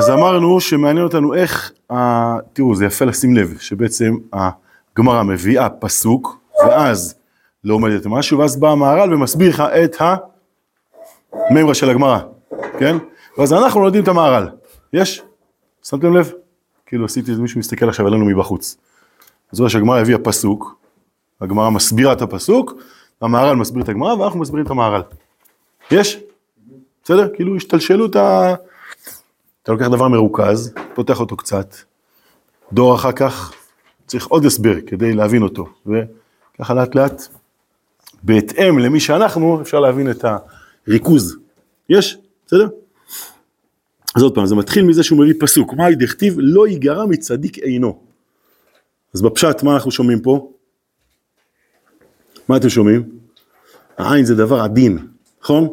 אז אמרנו שמעניין אותנו איך, תראו, זה יפה לשים לב, שבעצם הגמרא מביאה פסוק, ואז לומדת משהו, ואז בא המהר"ל ומסביר לך את הממרה של הגמרא, כן? ואז אנחנו לומדים את המהר"ל. יש? שמתם לב? כאילו עשיתי את זה, מישהו מסתכל עכשיו עלינו מבחוץ. אז רואה שהגמרא הביאה פסוק, הגמרא מסבירה את הפסוק, המהר"ל מסביר את הגמרא, ואנחנו מסבירים את המהר"ל. יש? בסדר? כאילו השתלשלות אתה לוקח דבר מרוכז, פותח אותו קצת, דור אחר כך צריך עוד הסבר כדי להבין אותו, וככה לאט לאט, בהתאם למי שאנחנו, אפשר להבין את הריכוז. יש? בסדר? אז עוד פעם, זה מתחיל מזה שהוא מביא פסוק, מה דכתיב לא ייגרע מצדיק אינו. אז בפשט, מה אנחנו שומעים פה? מה אתם שומעים? העין זה דבר עדין, נכון?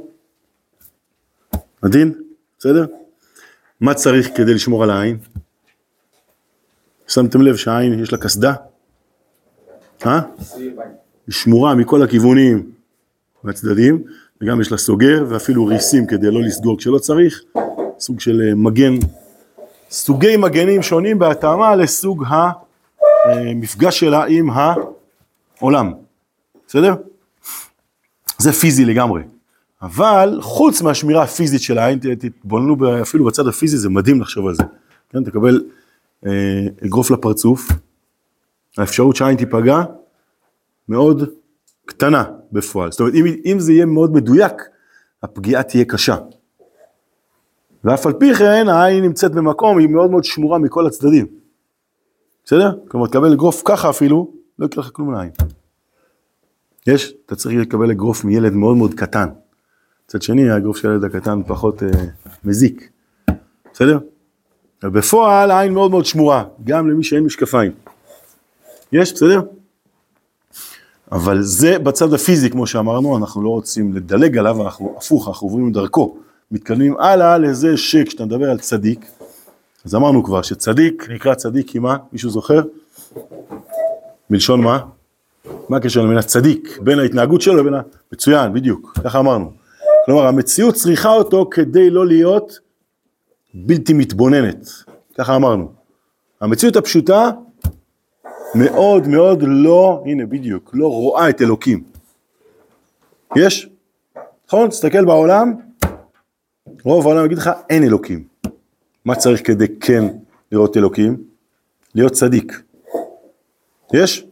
עדין? בסדר? מה צריך כדי לשמור על העין? שמתם לב שהעין יש לה כסדה? היא שמורה מכל הכיוונים והצדדים, וגם יש לה סוגר ואפילו ריסים כדי לא לסגור כשלא צריך, סוג של מגן, סוגי מגנים שונים בהתאמה לסוג המפגש שלה עם העולם, בסדר? זה פיזי לגמרי. אבל חוץ מהשמירה הפיזית של העין, תתבוננו אפילו בצד הפיזי, זה מדהים לחשוב על זה. כן, תקבל אגרוף לפרצוף, האפשרות שהעין תיפגע מאוד קטנה בפועל. זאת אומרת, אם זה יהיה מאוד מדויק, הפגיעה תהיה קשה. ואף על פי כן, העין נמצאת במקום, היא מאוד מאוד שמורה מכל הצדדים. בסדר? כלומר, תקבל אגרוף ככה אפילו, לא יקרה לך כלום לעין. יש? אתה צריך לקבל אגרוף מילד מאוד מאוד קטן. מצד שני, האגרוף של הילד הקטן פחות מזיק. בסדר? ובפועל, העין מאוד מאוד שמורה, גם למי שאין משקפיים. יש? בסדר? אבל זה בצד הפיזי, כמו שאמרנו, אנחנו לא רוצים לדלג עליו, אנחנו הפוך, אנחנו עוברים דרכו. מתקדמים הלאה לזה שכשאתה מדבר על צדיק, אז אמרנו כבר שצדיק נקרא צדיק כי מה? מישהו זוכר? מלשון מה? מה הקשר בין הצדיק? בין ההתנהגות שלו לבין מצוין, בדיוק, ככה אמרנו. כלומר, המציאות צריכה אותו כדי לא להיות בלתי מתבוננת, ככה אמרנו. המציאות הפשוטה מאוד מאוד לא, הנה בדיוק, לא רואה את אלוקים. יש? נכון? תסתכל בעולם, רוב העולם יגיד לך, אין אלוקים. מה צריך כדי כן לראות אלוקים? להיות צדיק. יש?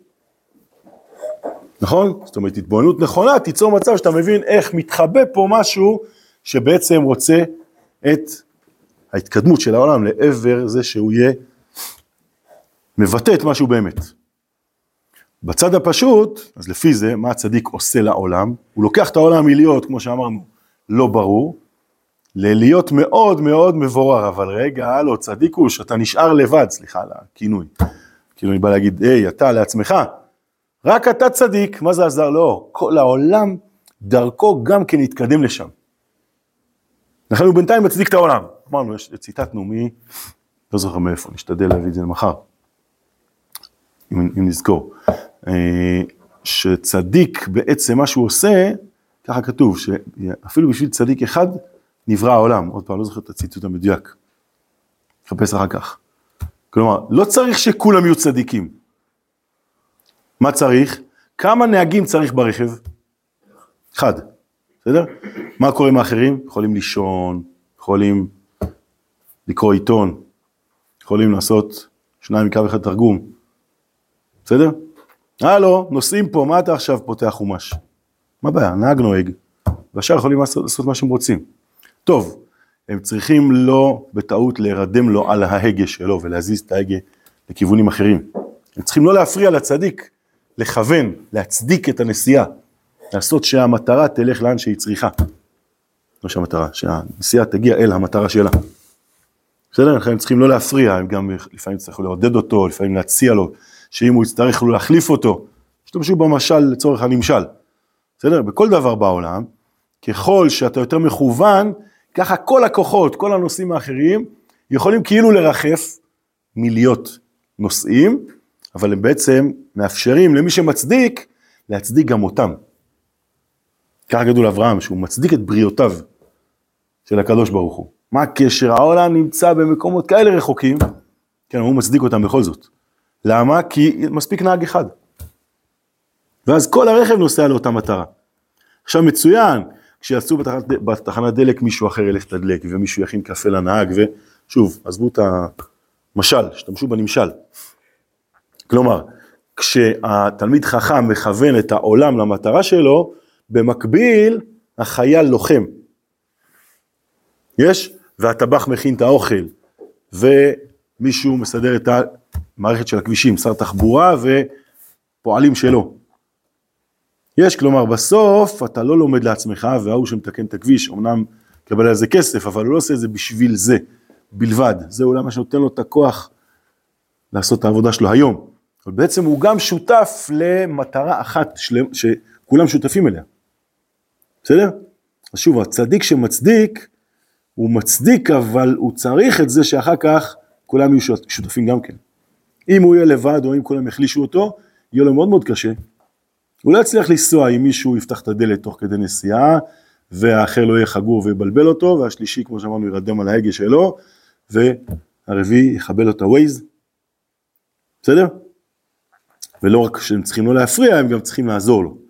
נכון? זאת אומרת, התבוננות נכונה, תיצור מצב שאתה מבין איך מתחבא פה משהו שבעצם רוצה את ההתקדמות של העולם לעבר זה שהוא יהיה מבטא את משהו באמת. בצד הפשוט, אז לפי זה, מה הצדיק עושה לעולם? הוא לוקח את העולם מלהיות, כמו שאמרנו, לא ברור, ללהיות מאוד מאוד מבורר, אבל רגע, הלו, צדיק הוא שאתה נשאר לבד, סליחה על הכינוי. כאילו אני בא להגיד, היי, אתה לעצמך, רק אתה צדיק, מה זה עזר? לא, כל העולם דרכו גם כן יתקדם לשם. אנחנו בינתיים מצדיק את העולם. אמרנו, ציטטנו לא זוכר מאיפה, נשתדל להביא את זה למחר, אם נזכור. שצדיק בעצם מה שהוא עושה, ככה כתוב, שאפילו בשביל צדיק אחד נברא העולם. עוד פעם, לא זוכר את הציטוט המדויק. חפש אחר כך. כלומר, לא צריך שכולם יהיו צדיקים. מה צריך? כמה נהגים צריך ברכב? אחד. בסדר? מה קורה עם האחרים? יכולים לישון, יכולים לקרוא עיתון, יכולים לעשות 2 מקו 1 תרגום. בסדר? הלו, נוסעים פה, מה אתה עכשיו פותח חומש? מה בעיה? נהג נוהג, והשאר יכולים לעשות מה שהם רוצים. טוב, הם צריכים לא בטעות להירדם לו על ההגה שלו, ולהזיז את ההגה לכיוונים אחרים. הם צריכים לא להפריע לצדיק, לכוון, להצדיק את הנסיעה, לעשות שהמטרה תלך לאן שהיא צריכה. לא שהמטרה, שהנסיעה תגיע אל המטרה שלה. בסדר? לכן הם צריכים לא להפריע, הם גם לפעמים צריכים לעודד אותו, לפעמים להציע לו, שאם הוא יצטרך לו להחליף אותו, שתמשו במשל לצורך הנמשל. בסדר? בכל דבר בעולם, ככל שאתה יותר מכוון, ככה כל הכוחות, כל הנושאים האחרים, יכולים כאילו לרחף מלהיות נושאים, אבל הם בעצם מאפשרים למי שמצדיק, להצדיק גם אותם. ככה כתוב לאברהם, שהוא מצדיק את בריאותיו של הקדוש ברוך הוא. מה הקשר? העולם נמצא במקומות כאלה רחוקים, כן, הוא מצדיק אותם בכל זאת. למה? כי מספיק נהג אחד. ואז כל הרכב נוסע לאותה מטרה. עכשיו מצוין, כשיצאו בתחנת דלק מישהו אחר ילך תדלק, ומישהו יכין קפה לנהג, ושוב, עזבו את המשל, השתמשו בנמשל. כלומר, כשהתלמיד חכם מכוון את העולם למטרה שלו, במקביל החייל לוחם. יש? והטבח מכין את האוכל, ומישהו מסדר את המערכת של הכבישים, שר תחבורה ופועלים שלו. יש, כלומר, בסוף אתה לא לומד לעצמך, והוא שמתקן את הכביש, אמנם קבל על זה כסף, אבל הוא לא עושה את זה בשביל זה, בלבד. זה אולי מה שנותן לו את הכוח לעשות את העבודה שלו היום. אבל בעצם הוא גם שותף למטרה אחת, שכולם שותפים אליה. בסדר? אז שוב, הצדיק שמצדיק, הוא מצדיק, אבל הוא צריך את זה שאחר כך כולם יהיו שותפים גם כן. אם הוא יהיה לבד, או אם כולם יחלישו אותו, יהיה לו מאוד מאוד קשה. הוא לא יצליח לנסוע אם מישהו יפתח את הדלת תוך כדי נסיעה, והאחר לא יהיה חגור ויבלבל אותו, והשלישי, כמו שאמרנו, ירדם על ההגה שלו, והרביעי יחבל לו את הווייז. בסדר? ולא רק שהם צריכים לא להפריע, הם גם צריכים לעזור לו.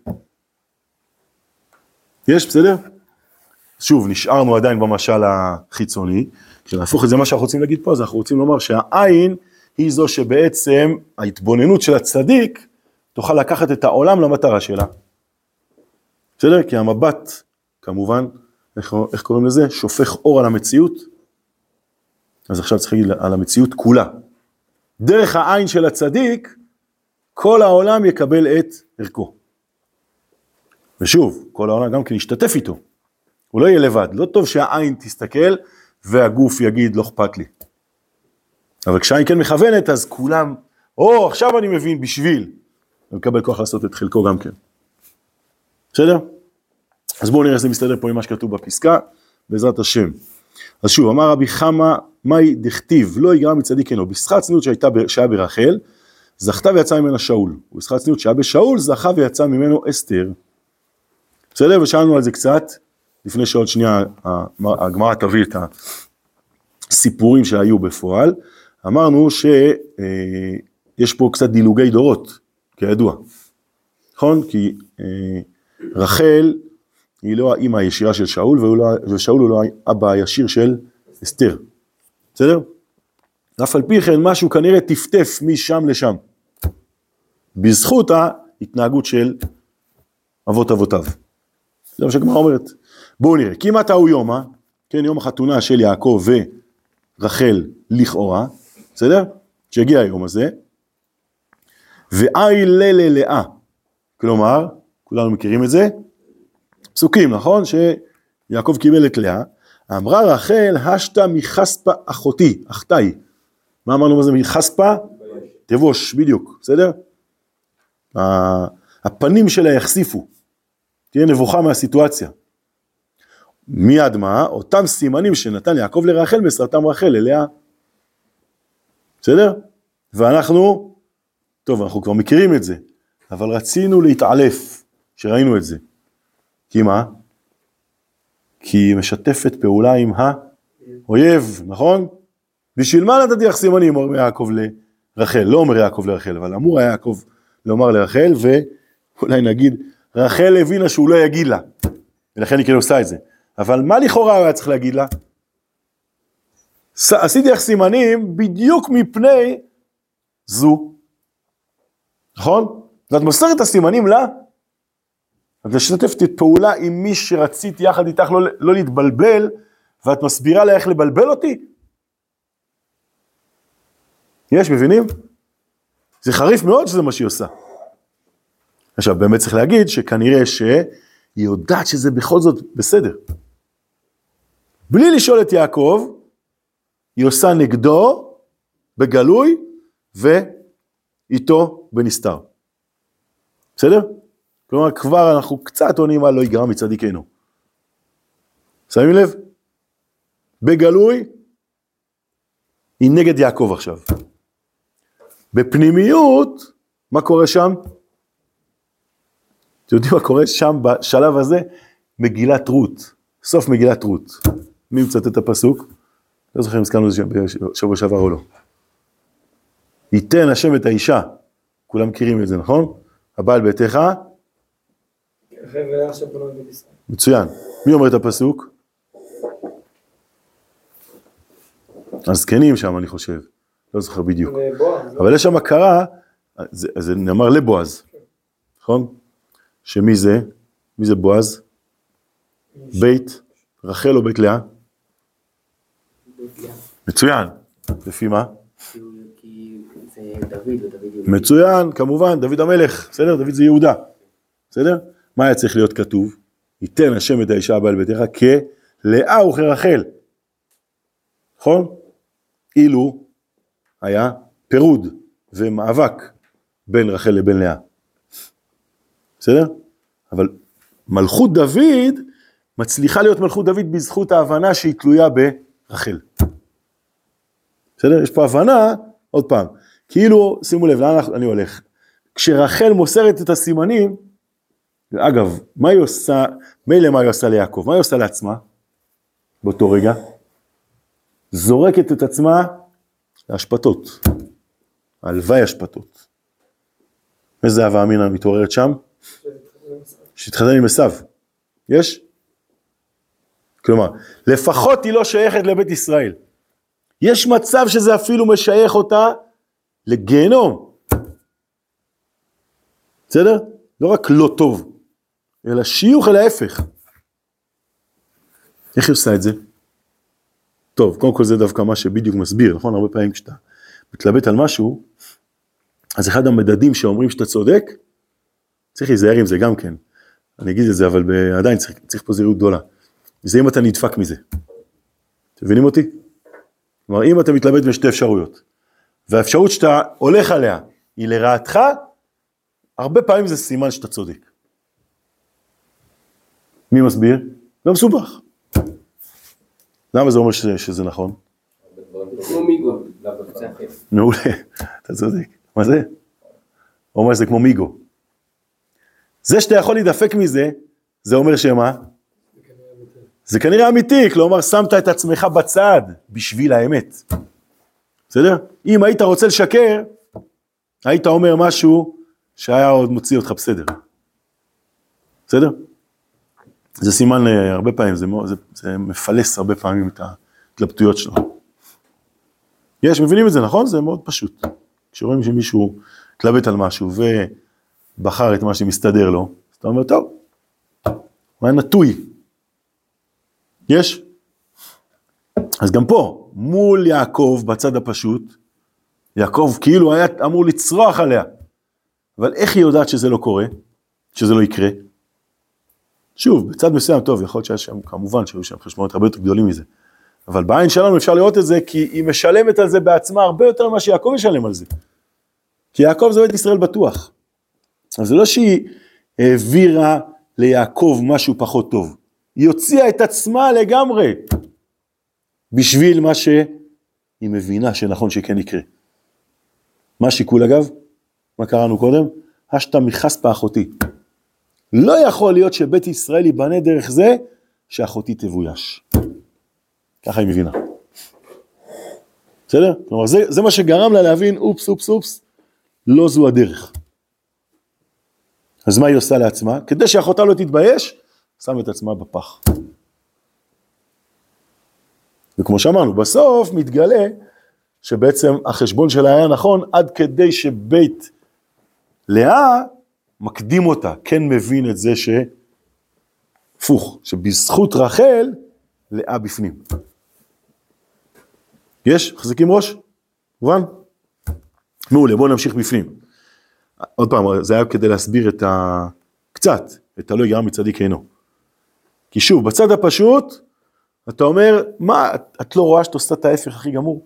יש, בסדר? שוב, נשארנו עדיין במשל החיצוני, כשנהפוך את זה מה שאנחנו רוצים להגיד פה, אז אנחנו רוצים לומר שהעין היא זו שבעצם ההתבוננות של הצדיק, תוכל לקחת את העולם למטרה שלה. בסדר? כי המבט, כמובן, איך קוראים לזה? שופך אור על המציאות. אז עכשיו צריך להגיד על המציאות כולה. דרך העין של הצדיק, כל העולם יקבל את ערכו. ושוב, כל העולם גם כן ישתתף איתו. הוא לא יהיה לבד. לא טוב שהעין תסתכל והגוף יגיד לא אכפת לי. אבל כשהעין כן מכוונת, אז כולם, עכשיו אני מבין בשביל. ומקבל כוח לעשות את חלקו גם כן. בסדר? אז בואו נראה איך זה מסתדר פה עם מה שכתוב בפסקה, בעזרת השם. אז שוב, אמר רבי חמא, מהי דכתיב, לא יגרע מצדיק אינו, בשכר צניעות שהיה ברחל, זכתה ויצא ממנה שאול, ובשכר צניעות שהיה בשאול, זכה ויצא ממנו אסתר. בסדר? ושאלנו על זה קצת, לפני שעוד שנייה, הגמרא תביא את הסיפורים שהיו בפועל, אמרנו שיש פה קצת דילוגי דורות, כידוע, נכון? כי רחל היא לא האמא הישירה של שאול, ושאול הוא לא האבא הישיר של אסתר, בסדר? אף על פי כן משהו כנראה תפטף משם לשם, בזכות ההתנהגות של אבות אבותיו. זה מה שהגמרא אומרת. בואו נראה, כמעט הוא יום, כן, יום החתונה של יעקב ורחל לכאורה, בסדר? שהגיע היום הזה, ואי ללאה, כלומר, כולנו מכירים את זה, פסוקים, נכון? שיעקב קיבל את לאה, אמרה רחל, השתה מחספה אחותי, אחתי. מה אמרנו מה זה מחספה? תבוש, בדיוק, בסדר? הפנים שלה יחשיפו, תהיה נבוכה מהסיטואציה. מיד מה? אותם סימנים שנתן יעקב לרחל, מסרתם רחל ללאה. בסדר? ואנחנו, טוב, אנחנו כבר מכירים את זה, אבל רצינו להתעלף, שראינו את זה. כי מה? כי היא משתפת פעולה עם האויב, נכון? בשביל מה נתתי לך סימנים, אומר יעקב לרחל, לא אומר יעקב לרחל, אבל אמור היה יעקב לומר לרחל, ואולי נגיד, רחל הבינה שהוא לא יגיד לה, ולכן היא כאילו עושה את זה. אבל מה לכאורה הוא היה צריך להגיד לה? עשיתי לך סימנים בדיוק מפני זו, נכון? ואת מוסרת את הסימנים לה, את משתפת את פעולה עם מי שרציתי יחד איתך לא להתבלבל, ואת מסבירה לה איך לבלבל אותי? יש, מבינים? זה חריף מאוד שזה מה שהיא עושה. עכשיו, באמת צריך להגיד שכנראה שהיא יודעת שזה בכל זאת בסדר. בלי לשאול את יעקב, היא עושה נגדו בגלוי ואיתו בנסתר. בסדר? כלומר, כבר אנחנו קצת עונים על לא יגרע מצדיקנו. שמים לב? בגלוי, היא נגד יעקב עכשיו. בפנימיות, מה קורה שם? אתם יודעים מה קורה שם בשלב הזה? מגילת רות, סוף מגילת רות. מי מצטט את הפסוק? לא זוכר אם הזכרנו את זה בשבוע שעבר או לא. ייתן השם את האישה, כולם מכירים את זה, נכון? הבעל ביתך. מצוין. מי אומר את הפסוק? הזקנים שם, אני חושב. לא זוכר בדיוק. אבל יש שם הכרה, זה נאמר לבועז. נכון? שמי זה? מי זה בועז? בית רחל או בית לאה? מצוין. לפי מה? כי זה דוד. מצוין, כמובן, דוד המלך. בסדר? דוד זה יהודה. בסדר? מה היה צריך להיות כתוב? ייתן השם את האישה הבעל ביתך כלאה וכרחל. נכון? אילו היה פירוד ומאבק בין רחל לבין לאה. בסדר? אבל מלכות דוד מצליחה להיות מלכות דוד בזכות ההבנה שהיא תלויה ברחל. בסדר? יש פה הבנה, עוד פעם, כאילו, שימו לב, לאן אני הולך? כשרחל מוסרת את הסימנים, אגב, מה היא עושה, מילא מה היא עושה ליעקב, מה היא עושה לעצמה באותו רגע? זורקת את עצמה להשפטות, הלוואי השפטות. איזה אהבה אמינה מתעוררת שם? שהתחתן עם עשיו. יש? כלומר, לפחות היא לא שייכת לבית ישראל. יש מצב שזה אפילו משייך אותה לגיהנום. בסדר? לא רק לא טוב, אלא שיוך אל ההפך. איך היא עושה את זה? טוב, קודם כל זה דווקא מה שבדיוק מסביר, נכון? הרבה פעמים כשאתה מתלבט על משהו, אז אחד המדדים שאומרים שאתה צודק, צריך להיזהר עם זה גם כן. אני אגיד את זה, אבל עדיין צריך פה זהירות גדולה. זה אם אתה נדפק מזה. אתם מבינים אותי? כלומר, אם אתה מתלבט בשתי אפשרויות, והאפשרות שאתה הולך עליה היא לרעתך, הרבה פעמים זה סימן שאתה צודק. מי מסביר? לא מסובך. למה זה אומר שזה נכון? כמו מיגו. מעולה, אתה צודק. מה זה? הוא אומר שזה כמו מיגו. זה שאתה יכול להידפק מזה, זה אומר שמה? זה כנראה אמיתי, כלומר שמת את עצמך בצד בשביל האמת. בסדר? אם היית רוצה לשקר, היית אומר משהו שהיה עוד מוציא אותך בסדר. בסדר? זה סימן הרבה פעמים, זה מפלס הרבה פעמים את ההתלבטויות שלו. יש, מבינים את זה, נכון? זה מאוד פשוט. כשרואים שמישהו התלבט על משהו ובחר את מה שמסתדר לו, אז אתה אומר, טוב, הוא היה נטוי. יש? אז גם פה, מול יעקב בצד הפשוט, יעקב כאילו היה אמור לצרוח עליה. אבל איך היא יודעת שזה לא קורה? שזה לא יקרה? שוב, בצד מסוים טוב, יכול להיות שהיה שם, כמובן שהיו שם חשבונות הרבה יותר גדולים מזה. אבל בעין שלנו אפשר לראות את זה, כי היא משלמת על זה בעצמה הרבה יותר ממה שיעקב ישלם על זה. כי יעקב זה בית ישראל בטוח. אז זה לא שהיא העבירה ליעקב משהו פחות טוב. היא הוציאה את עצמה לגמרי, בשביל מה שהיא מבינה שנכון שכן יקרה. מה השיקול אגב? מה קראנו קודם? השתה מחספה אחותי. לא יכול להיות שבית ישראל ייבנה דרך זה, שאחותי תבויש. ככה היא מבינה. בסדר? כלומר, זה מה שגרם לה להבין, אופס, לא זו הדרך. אז מה היא עושה לעצמה? כדי שאחותה לא תתבייש, שם את עצמה בפח. וכמו שאמרנו, בסוף מתגלה שבעצם החשבון שלה היה נכון, עד כדי שבית לאה מקדים אותה, כן מבין את זה שפוך, שבזכות רחל, לאה בפנים. יש? חזקים ראש? מובן? מעולה, בואו נמשיך בפנים. עוד פעם, זה היה כדי להסביר קצת, את הלא יגרע מצדיק אינו. כי שוב, בצד הפשוט, אתה אומר, מה, את לא רואה שאת עושה את ההפך הכי גמור?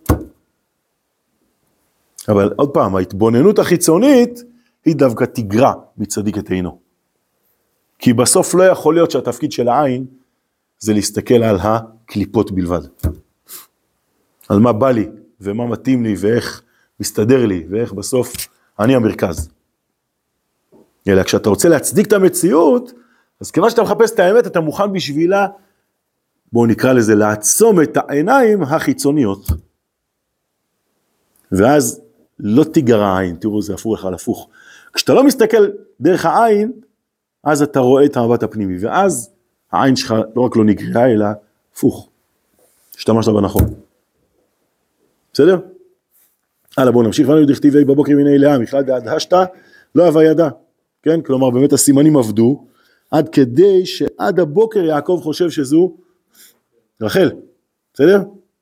אבל עוד פעם, ההתבוננות החיצונית, היא דווקא תגרע מצדיק את אינו. כי בסוף לא יכול להיות שהתפקיד של העין, זה להסתכל על הקליפות בלבד. על מה בא לי, ומה מתאים לי, ואיך מסתדר לי, ואיך בסוף אני המרכז. אלא כשאתה רוצה להצדיק את המציאות, אז כיוון שאתה מחפש את האמת, אתה מוכן בשבילה בואו נקרא לזה, לעצום את העיניים החיצוניות. ואז לא תיגרע העין, תראו זה הפוך על הפוך. כשאתה לא מסתכל דרך העין, אז אתה רואה את המבט הפנימי, ואז העין שלך לא רק לא נגרעה, אלא הפוך. השתמשת בנכון. בסדר? הלאה, בואו נמשיך. ואנו דכתיבי בבוקר מיני לאה, מיכל דהשתה, לא אהבה ידה. כן? כלומר, באמת הסימנים עבדו, עד כדי שעד הבוקר יעקב חושב שזו רחל. בסדר?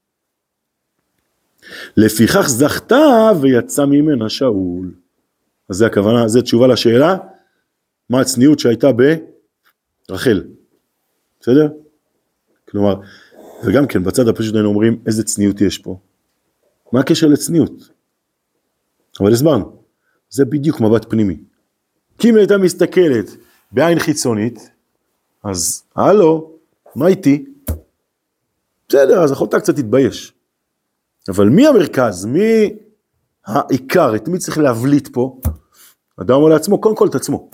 לפיכך זכתה ויצא ממנה שאול. אז זה הכוונה, זה תשובה לשאלה, מה הצניעות שהייתה ברחל. בסדר? כלומר, וגם כן, בצד הפשוט היינו אומרים, איזה צניעות יש פה. מה הקשר לצניעות? אבל הסברנו, זה בדיוק מבט פנימי. כי אם הייתה מסתכלת בעין חיצונית, אז הלו, מה איתי? בסדר, אז יכולת קצת להתבייש. אבל מי המרכז? מי העיקר? את מי צריך להבליט פה? אדם אומר לעצמו, קודם כל את עצמו.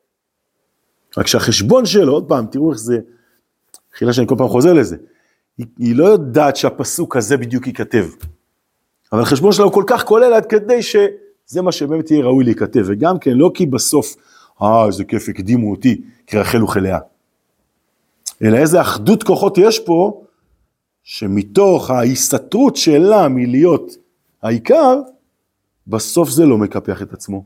רק שהחשבון שלו, עוד פעם, תראו איך זה, חילה שאני כל פעם חוזר לזה, היא לא יודעת שהפסוק הזה בדיוק ייכתב. אבל החשבון שלה הוא כל כך כולל עד כדי שזה מה שבאמת יהיה ראוי להיכתב. וגם כן, לא כי בסוף, איזה כיף, הקדימו אותי, כי רחל וכלאה. אלא איזה אחדות כוחות יש פה, שמתוך ההסתתרות שלה מלהיות העיקר, בסוף זה לא מקפח את עצמו.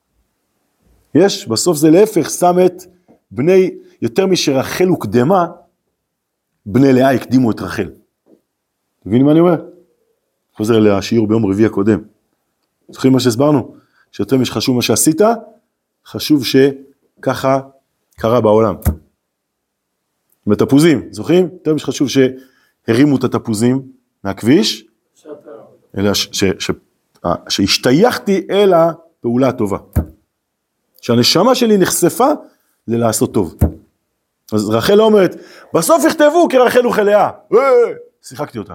יש, בסוף זה להפך, שם את בני, יותר משרחל הוקדמה, בני לאה הקדימו את רחל. תביני מה אני אומר? חוזר לשיעור ביום רביעי הקודם. זוכרים מה שהסברנו? שיותר חשוב מה שעשית, חשוב שככה קרה בעולם. עם התפוזים, זוכרים? יותר חשוב שהרימו את התפוזים מהכביש, אלא שהשתייכתי אל הפעולה הטובה. שהנשמה שלי נחשפה ללעשות טוב. אז רחל לא אומרת, בסוף יכתבו כי רחל וכלאה. שיחקתי אותה.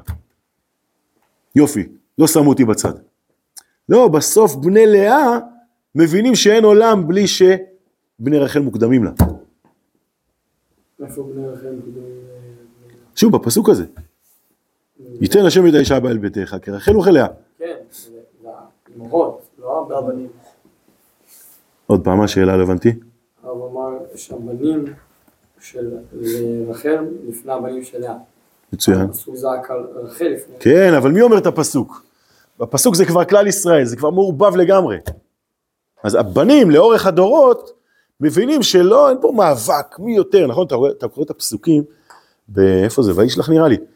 יופי, לא שמו אותי בצד. לא, בסוף בני לאה מבינים שאין עולם בלי שבני רחל מוקדמים לה. איפה בני רחל מוקדמים? שוב, בפסוק הזה. ייתן השם את האישה באל ביתך, כי רחל וכלאה. כן, זה אמהות, לא הבנים. עוד פעם, השאלה לא הבנתי? הרב אמר שהבנים של רחל לפני הבנים של לאה. מצוין. הפסוק זעק על רחל לפני. כן, אבל מי אומר את הפסוק? בפסוק זה כבר כלל ישראל, זה כבר מעורבב לגמרי. אז הבנים לאורך הדורות מבינים שלא, אין פה מאבק, מי יותר, נכון? אתה קורא את הפסוקים, איפה זה? וישלח נראה לי,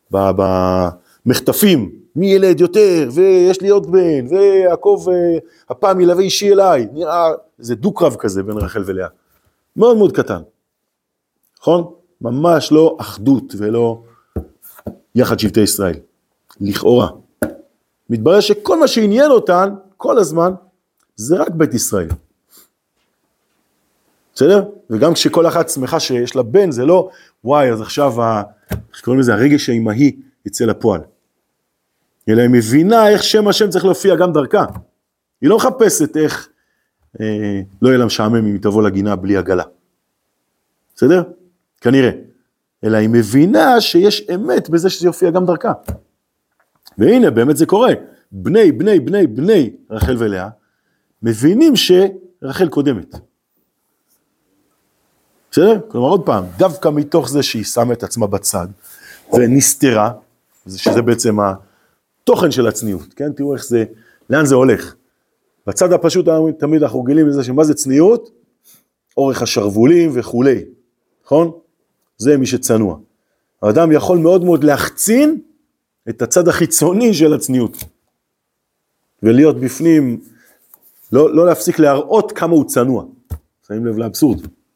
במחטפים, מי ילד יותר, ויש לי עוד בן, ויעקב הפעם ילווה אישי אליי, נראה, זה דו-קרב כזה בין רחל ולאה. מאוד מאוד קטן. נכון? ממש לא אחדות ולא יחד שבטי ישראל. לכאורה. מתברר שכל מה שעניין אותן, כל הזמן, זה רק בית ישראל. בסדר? וגם כשכל אחת שמחה שיש לה בן, זה לא, וואי, אז עכשיו, איך קוראים לזה, הרגש האימהי יצא לפועל. אלא היא מבינה איך שם השם צריך להופיע גם דרכה. היא לא מחפשת איך לא יהיה לה משעמם אם היא תבוא לגינה בלי עגלה. בסדר? כנראה. אלא היא מבינה שיש אמת בזה שזה יופיע גם דרכה. והנה, באמת זה קורה. בני רחל ולאה, מבינים שרחל קודמת. בסדר? כלומר עוד פעם, דווקא מתוך זה שהיא שמה את עצמה בצד, ונסתרה, שזה בעצם התוכן של הצניעות, כן? תראו איך זה, לאן זה הולך. בצד הפשוט תמיד אנחנו רגילים לזה שמה זה צניעות? אורך השרבולים וכולי, נכון? זה מי שצנוע. האדם יכול מאוד מאוד להחצין את הצד החיצוני של הצניעות. ולהיות בפנים, לא להפסיק להראות כמה הוא צנוע. שמים לב לאבסורד.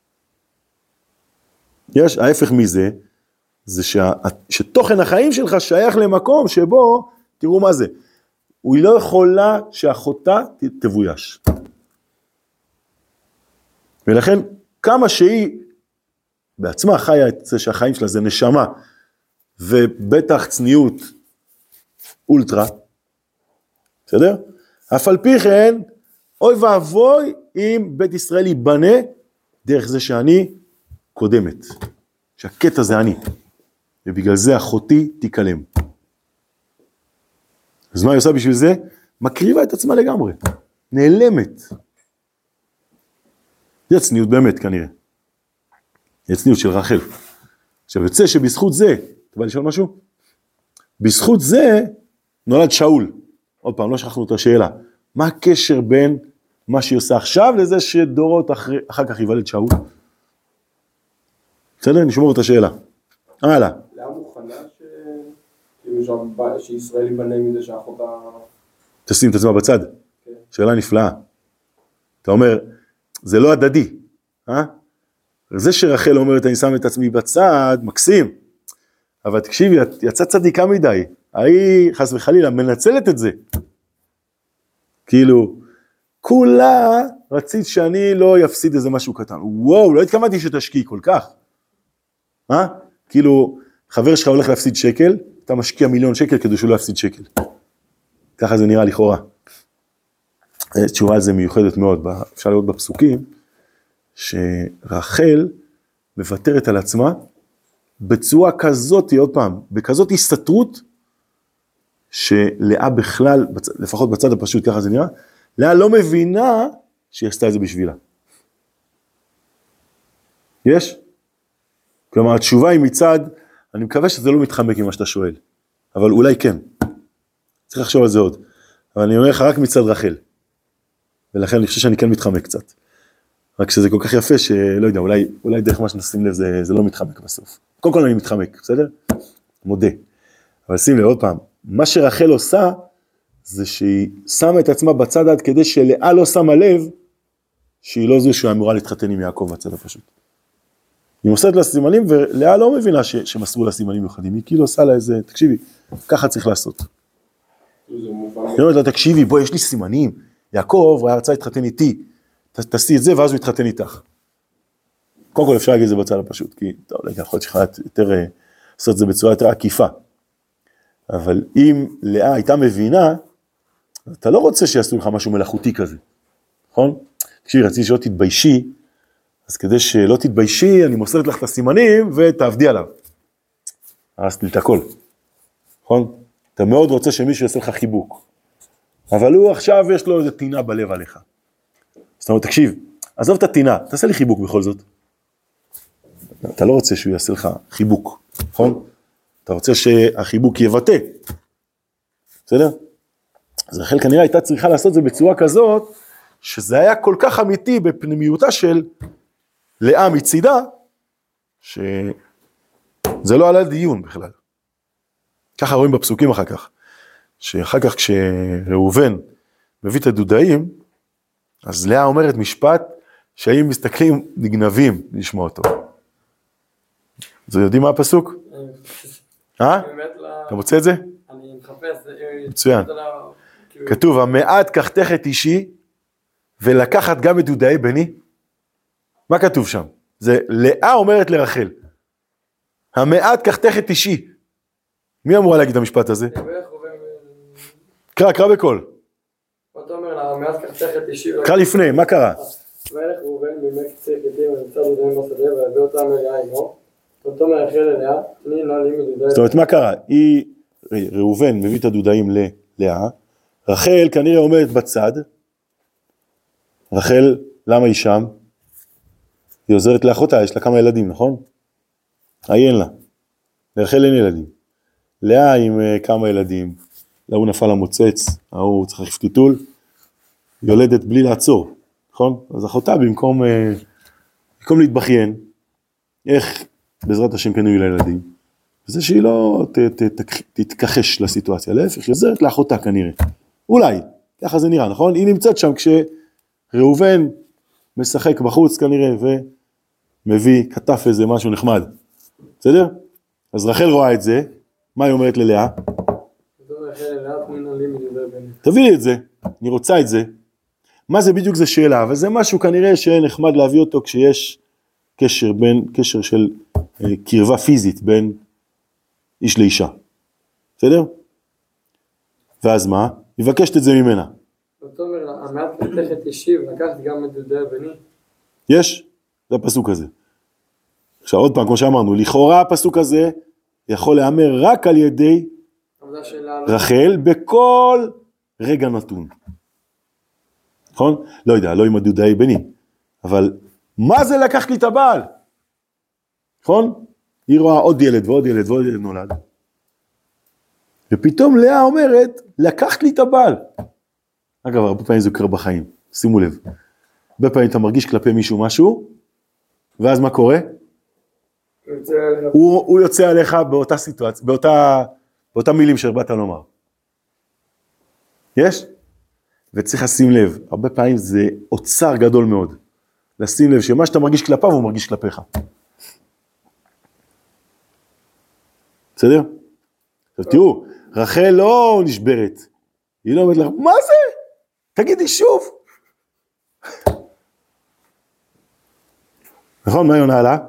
יש, ההפך מזה, זה שתוכן החיים שלך שייך למקום שבו, תראו מה זה, הוא לא יכולה שאחותה תבויש. ולכן, כמה שהיא בעצמה חיה את זה שהחיים שלה זה נשמה, ובטח צניעות אולטרה, בסדר? אף על פי כן, אוי ואבוי אם בית ישראל ייבנה דרך זה שאני קודמת, שהקטע זה אני. ובגלל זה אחותי תיכלם. אז מה היא עושה בשביל זה? מקריבה את עצמה לגמרי, נעלמת. זה הצניעות באמת כנראה. זה הצניעות של רחל. עכשיו יוצא שבזכות זה, אתה בא לשאול משהו? בזכות זה נולד שאול. עוד פעם, לא שכחנו את השאלה. מה הקשר בין מה שהיא עושה עכשיו לזה שדורות אחר כך ייוולד שאול? בסדר? נשמור את השאלה. הלאה. למה מוכנה שישראל ייבנה מזה שאחותה... תשים את עצמה בצד. שאלה נפלאה. אתה אומר, זה לא הדדי. זה שרחל אומרת, אני שם את עצמי בצד, מקסים. אבל תקשיבי, יצא צדיקה מדי. היא חס וחלילה מנצלת את זה. כאילו, כולה רצית שאני לא יפסיד איזה משהו קטן. וואו, לא התכוונתי שתשקיעי כל כך. כאילו, חבר שלך הולך להפסיד שקל, אתה משקיע 1,000,000 שקל כדי שהוא לא יפסיד שקל. ככה זה נראה לכאורה. תשובה על זה מיוחדת מאוד, אפשר לראות בפסוקים, שרחל מוותרת על עצמה, בצורה כזאת, עוד פעם, בכזאת הסתתרות, שלאה בכלל, לפחות בצד הפשוט, ככה זה נראה, לאה לא מבינה שהיא עשתה את זה בשבילה. יש? כלומר, התשובה היא מצד, אני מקווה שזה לא מתחמק ממה שאתה שואל, אבל אולי כן. צריך לחשוב על זה עוד. אבל אני אומר לך רק מצד רחל. ולכן אני חושב שאני כן מתחמק קצת. רק שזה כל כך יפה שלא יודע, אולי דרך מה שנשים לב זה לא מתחמק בסוף. קודם כל אני מתחמק, בסדר? מודה. אבל שים לב עוד פעם, מה שרחל עושה, זה שהיא שמה את עצמה בצד עד כדי שלאה לא שמה לב, שהיא לא זו שהיא אמורה להתחתן עם יעקב בצד הפשוט. היא מוסרת לה סימנים, ולאה לא מבינה שמסרו לה סימנים מיוחדים, היא כאילו עושה לה איזה, תקשיבי, ככה צריך לעשות. היא אומרת לה, תקשיבי, בואי, יש לי סימנים, יעקב, הוא היה רצה להתחתן איתי, תעשי את זה, ואז הוא יתחתן איתך. קודם כל אפשר להגיד את זה בצד הפשוט, כי, טוב, יכול להיות שלך יותר לעשות את זה בצורה יותר עקיפה. אבל אם לאה הייתה מבינה, אתה לא רוצה שיעשו לך משהו מלאכותי כזה, נכון? כשהיא רציתי שלא תתביישי, אז כדי שלא תתביישי, אני מוסרת לך את הסימנים ותעבדי עליו. הרסת לי את הכל, נכון? אתה מאוד רוצה שמישהו יעשה לך חיבוק, אבל הוא עכשיו יש לו איזו טינה בלב עליך. זאת אומרת, תקשיב, עזוב את הטינה, תעשה לי חיבוק בכל זאת. אתה לא רוצה שהוא יעשה לך חיבוק, נכון? אתה רוצה שהחיבוק יבטא. בסדר? אז רחל כנראה הייתה צריכה לעשות זה בצורה כזאת, שזה היה כל כך אמיתי בפנימיותה של לאה מצידה, שזה לא עלה לדיון בכלל. ככה רואים בפסוקים אחר כך, שאחר כך כשראובן מביא את הדודאים, אז לאה אומרת משפט, שהאים מסתכלים נגנבים לשמוע אותו. אז יודעים מה הפסוק? אתה מוצא את זה? אני מחפש. מצוין. כתוב, המעט קחתך את אישי, ולקחת גם את דודאי בני. מה כתוב שם? זה לאה אומרת לרחל. המעט קחתך את אישי. מי אמורה להגיד את המשפט הזה? קרא בקול. אתה אומר לה, המעט קחתך את אישי. קרא לפני, מה קרה? וילך ראובן בימי קצה קדים ונמצא דודאים בשדה ויביא אותם אליה עמו. אותו מרחל אליה, תני נא לי מדודאי. זאת אומרת, מה קרה? ראובן מביא את הדודאים ללאה, רחל כנראה עומדת בצד, רחל, למה היא שם? היא עוזרת לאחותה, יש לה כמה ילדים, נכון? אין לה. לרחל אין ילדים. לאה עם כמה ילדים, להוא נפל המוצץ, ההוא צריך להחליף טיטול, יולדת בלי לעצור, נכון? אז אחותה במקום להתבכיין, איך בעזרת השם כן יהיו לילדים, וזה שהיא לא תתכחש לסיטואציה, להפך, היא עוזרת לאחותה כנראה. אולי, ככה זה נראה, נכון? היא נמצאת שם כשראובן משחק בחוץ כנראה, ומביא, כתף איזה משהו נחמד. בסדר? אז רחל רואה את זה, מה היא אומרת ללאה? תביא לי את זה, אני רוצה את זה. מה זה בדיוק זה שאלה, אבל זה משהו כנראה שנחמד להביא אותו כשיש קשר של קרבה פיזית בין איש לאישה. בסדר? ואז מה? מבקשת את זה ממנה. זאת אומרת, המעט קחתך את אישי ולקחת גם את דודאי בני. יש? זה הפסוק הזה. עכשיו עוד פעם, כמו שאמרנו, לכאורה הפסוק הזה יכול להאמר רק על ידי רחל בכל רגע נתון. נכון? לא יודע, לא עם הדודאי בני, אבל מה זה לקח לי את הבעל? נכון? היא רואה עוד ילד ועוד ילד ועוד ילד נולד. ופתאום לאה אומרת, לקחת לי את הבעל. אגב, הרבה פעמים זה קורה בחיים, שימו לב. הרבה פעמים אתה מרגיש כלפי מישהו משהו, ואז מה קורה? הוא יוצא עליך באותה סיטואציה, באותה מילים שהרבאת לומר. יש? וצריך לשים לב, הרבה פעמים זה אוצר גדול מאוד. לשים לב שמה שאתה מרגיש כלפיו, הוא מרגיש כלפיך. בסדר? עכשיו תראו, רחל לא נשברת. היא לא אומרת לך, מה זה? תגידי שוב. נכון, מה היא עונה לה?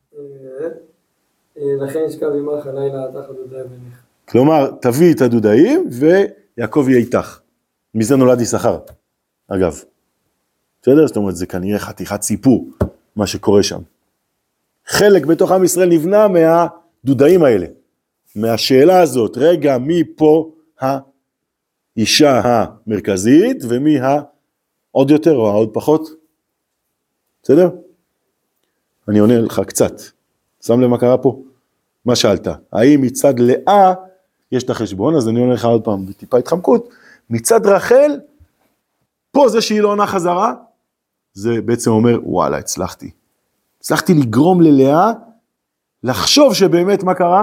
לכן ישכב עמך הלילה תחת דודאי בנך. כלומר, תביא את הדודאים ויעקב יהיה איתך. מזה נולד יששכר, אגב. בסדר? זאת אומרת, זה כנראה חתיכת סיפור, מה שקורה שם. חלק בתוך עם ישראל נבנה מהדודאים האלה. מהשאלה הזאת, רגע, מי פה האישה המרכזית, ומי העוד יותר או העוד פחות? בסדר? אני עונה לך קצת. שם לב מה קרה פה? מה שאלת? האם מצד לאה יש את החשבון? אז אני עונה לך עוד פעם, בטיפה התחמקות. מצד רחל, פה זה שהיא לא עונה חזרה, זה בעצם אומר, וואלה, הצלחתי. הצלחתי לגרום ללאה, לחשוב שבאמת מה קרה?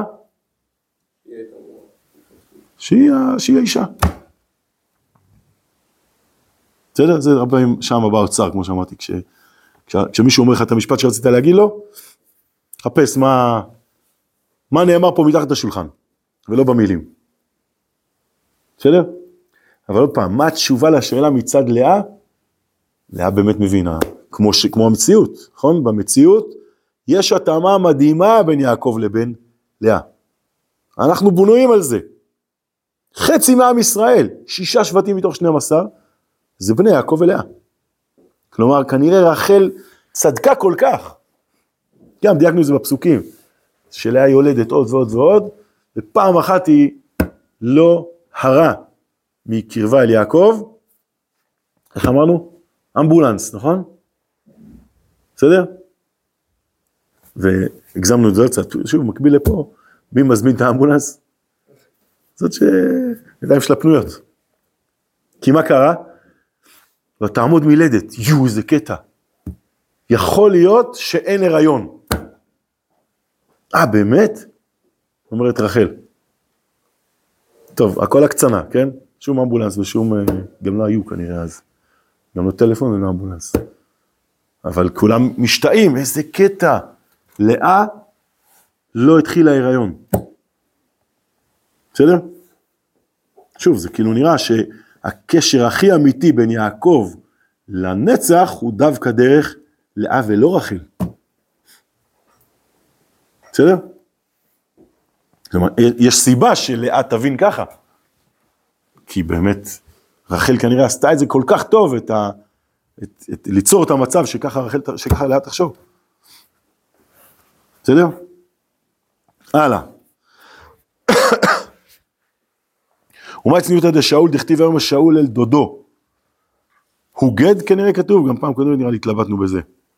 שהיא האישה. בסדר? זה הרבה פעמים שם הבא אוצר, כמו שאמרתי, כשמישהו אומר לך את המשפט שרצית להגיד לו, חפש מה נאמר פה מתחת השולחן, ולא במילים. בסדר? אבל עוד פעם, מה התשובה לשאלה מצד לאה? לאה באמת מבינה, כמו המציאות, נכון? במציאות יש התאמה מדהימה בין יעקב לבין לאה. אנחנו בנויים על זה. חצי מעם ישראל, 6 שבטים מתוך 12, זה בני יעקב ולאה. כלומר, כנראה רחל צדקה כל כך. גם דייקנו את זה בפסוקים, שלאה יולדת עוד ועוד ועוד, ופעם אחת היא לא הרע מקרבה אל יעקב. איך אמרנו? אמבולנס, נכון? בסדר? והגזמנו את זה קצת, שוב, מקביל לפה, מי מזמין את האמבולנס? זאת שידיים שלה פנויות. כי מה קרה? ותעמוד מילדת, איזה קטע. יכול להיות שאין הריון. באמת? אומרת רחל. טוב, הכל הקצנה, כן? שום אמבולנס ושום, גם לא היו כנראה אז. גם לא טלפון ולא אמבולנס. אבל כולם משתאים, איזה קטע. לאה לא התחילה הריון. בסדר? שוב, זה כאילו נראה שהקשר הכי אמיתי בין יעקב לנצח הוא דווקא דרך לאה ולא רחל. בסדר? כלומר, יש סיבה שלאה תבין ככה. כי באמת, רחל כנראה עשתה את זה כל כך טוב, ליצור את המצב שככה לאה תחשוב. בסדר? הלאה. ומה צניעות עד השאול, דכתיב היום השאול אל דודו. הוא גד כנראה כתוב, גם פעם קודם נראה לי התלבטנו בזה.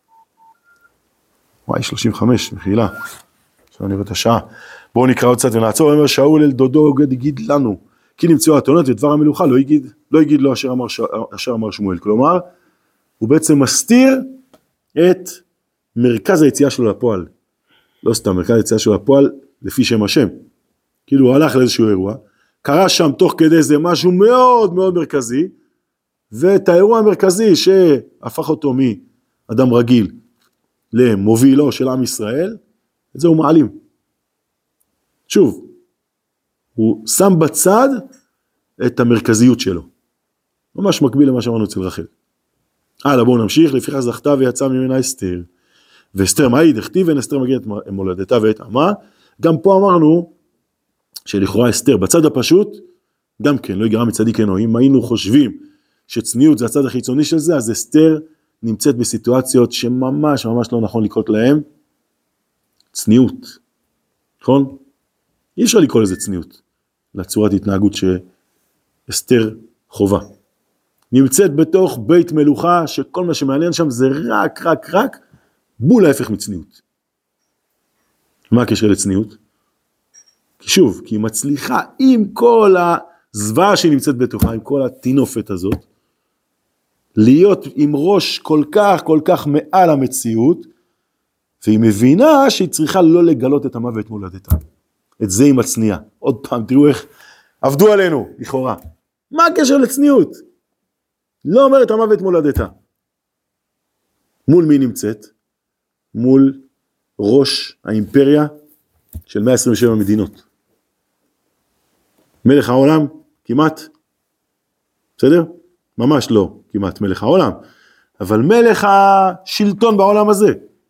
וואי, 35, מחילה. עכשיו נראה את השעה. בואו נקרא עוד קצת ונעצור. אומר שאול אל דודו, הוא גד יגיד לנו. כי נמצאו התאונות ודבר המלוכה, לא יגיד לו אשר אמר שמואל. כלומר, הוא בעצם מסתיר את מרכז היציאה שלו לפועל. לא סתם, מרכז היציאה שלו לפועל לפי שם השם. כאילו הוא הלך לאיזשהו אירוע, קרה שם תוך כדי זה משהו מאוד מאוד מרכזי, ואת האירוע המרכזי שהפך אותו מאדם רגיל למובילו של עם ישראל, את זה הוא מעלים. שוב, הוא שם בצד את המרכזיות שלו. ממש מקביל למה שאמרנו אצל רחל. הלאה, בואו נמשיך, לפיכך זכתה ויצא ממנה אסתר. ואסתר מה היא? דכתיב ואין אסתר מגיע את מולדתה ואת עמה. גם פה אמרנו שלכאורה אסתר בצד הפשוט, גם כן, לא יגרע מצדיק אינו. אם היינו חושבים שצניעות זה הצד החיצוני של זה, אז אסתר נמצאת בסיטואציות שממש ממש לא נכון לקרות להם. צניעות. נכון? אי אפשר לקרוא לזה צניעות, לצורת התנהגות שאסתר חובה. נמצאת בתוך בית מלוכה, שכל מה שמעניין שם זה רק בול ההפך מצניעות. מה הקשר לצניעות? כי שוב, כי היא מצליחה עם כל הזוועה שהיא נמצאת בתוכה, עם כל התינופת הזאת, להיות עם ראש כל כך מעל המציאות, והיא מבינה שהיא צריכה לא לגלות את המוות מולדתה. את זה היא מצניעה. עוד פעם, תראו איך עבדו עלינו, לכאורה. מה הקשר לצניעות? לא אומרת המוות מולדתה. מול מי נמצאת? מול ראש האימפריה של 127 מדינות. מלך העולם, כמעט, בסדר? ממש לא כמעט מלך העולם, אבל מלך השלטון בעולם הזה.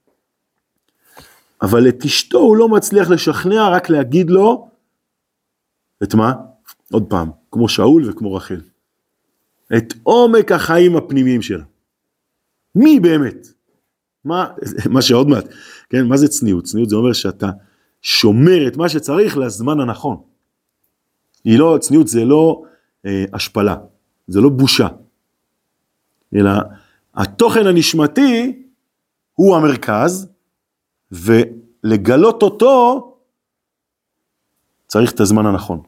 אבל את אשתו הוא לא מצליח לשכנע, רק להגיד לו, את מה? עוד פעם, כמו שאול וכמו רחל. את עומק החיים הפנימיים שלה. מי באמת? מה שעוד מעט, כן? מה זה צניעות? צניעות זה אומר שאתה שומר את מה שצריך לזמן הנכון. צניעות זה לא השפלה, זה לא בושה. אלא התוכן הנשמתי הוא המרכז, ולגלות אותו צריך את הזמן הנכון.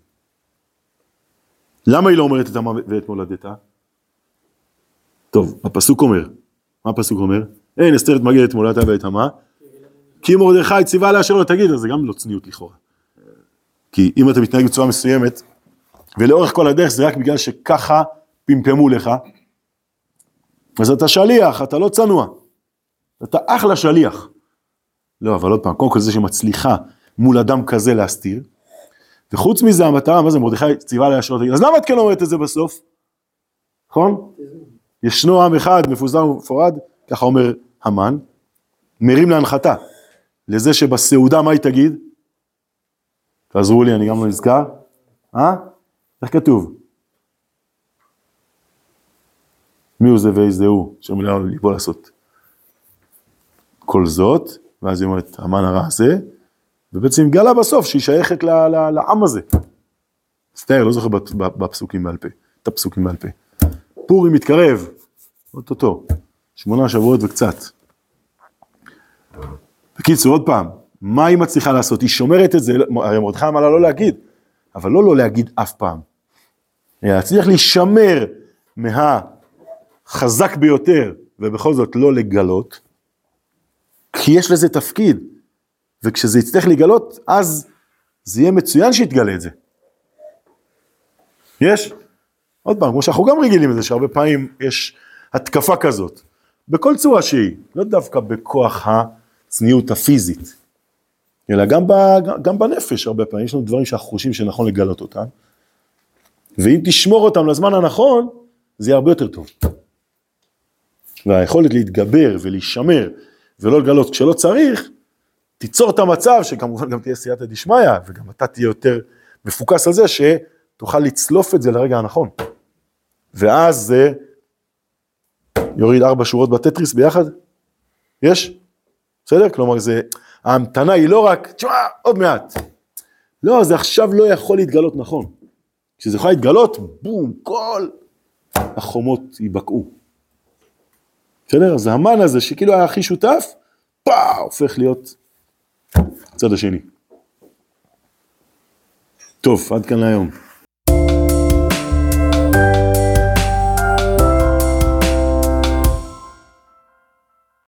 למה היא לא אומרת את המוות ואת מולדתה? טוב, הפסוק אומר, מה הפסוק אומר? אין, אסתר תמגד את מולדתה ואת המה, כי מרדכי ציווה לה אשר לא תגיד, אז זה גם לא צניעות לכאורה. כי אם אתה מתנהג בצורה מסוימת, ולאורך כל הדרך זה רק בגלל שככה פמפמו לך, אז אתה שליח, אתה לא צנוע. אתה אחלה שליח. לא, אבל עוד פעם, קודם כל זה שמצליחה מול אדם כזה להסתיר, וחוץ מזה המטרה, מה זה מרדכי ציווה לה אשר לא תגיד, אז למה את כן אומרת את זה בסוף? נכון? ישנו עם אחד מפוזר ומפורד, ככה אומר המן, מרים להנחתה, לזה שבסעודה מה היא תגיד? תעזרו לי, אני גם לא נזכר. איך כתוב? מי הוא זה ואיזה הוא, שאומר ליבו לעשות כל זאת, ואז היא אומרת, המן הרע הזה, ובעצם גלה בסוף שהיא שייכת לעם הזה. סתר, לא זוכר בפסוקים בעל פה, את הפסוקים בעל פה. פורים מתקרב, אותו, 8 שבועות וקצת. בקיצור, עוד פעם, מה היא מצליחה לעשות? היא שומרת את זה, הרי מרדכי אמר לה לא להגיד, אבל לא להגיד אף פעם. היא הצליח להישמר מהחזק ביותר, ובכל זאת לא לגלות, כי יש לזה תפקיד, וכשזה יצטרך לגלות, אז זה יהיה מצוין שיתגלה את זה. יש? עוד פעם, כמו שאנחנו גם רגילים את זה, שהרבה פעמים יש התקפה כזאת, בכל צורה שהיא, לא דווקא בכוח הצניעות הפיזית, אלא גם בנפש הרבה פעמים, יש לנו דברים שאנחנו חושבים שנכון לגלות אותם, ואם תשמור אותם לזמן הנכון, זה יהיה הרבה יותר טוב. והיכולת להתגבר ולהישמר, ולא לגלות כשלא צריך, תיצור את המצב, שכמובן גם תהיה סייעתא דשמיא, וגם אתה תהיה יותר מפוקס על זה, שתוכל לצלוף את זה לרגע הנכון. ואז זה יוריד 4 שורות בטטריס ביחד? יש? בסדר? כלומר, ההמתנה היא לא רק, תשמע, עוד מעט. לא, זה עכשיו לא יכול להתגלות נכון. כשזה יכול להתגלות, בום, כל החומות ייבקעו. בסדר? אז המן הזה, שכאילו היה הכי שותף, הופך להיות הצד השני. טוב, עד כאן להיום.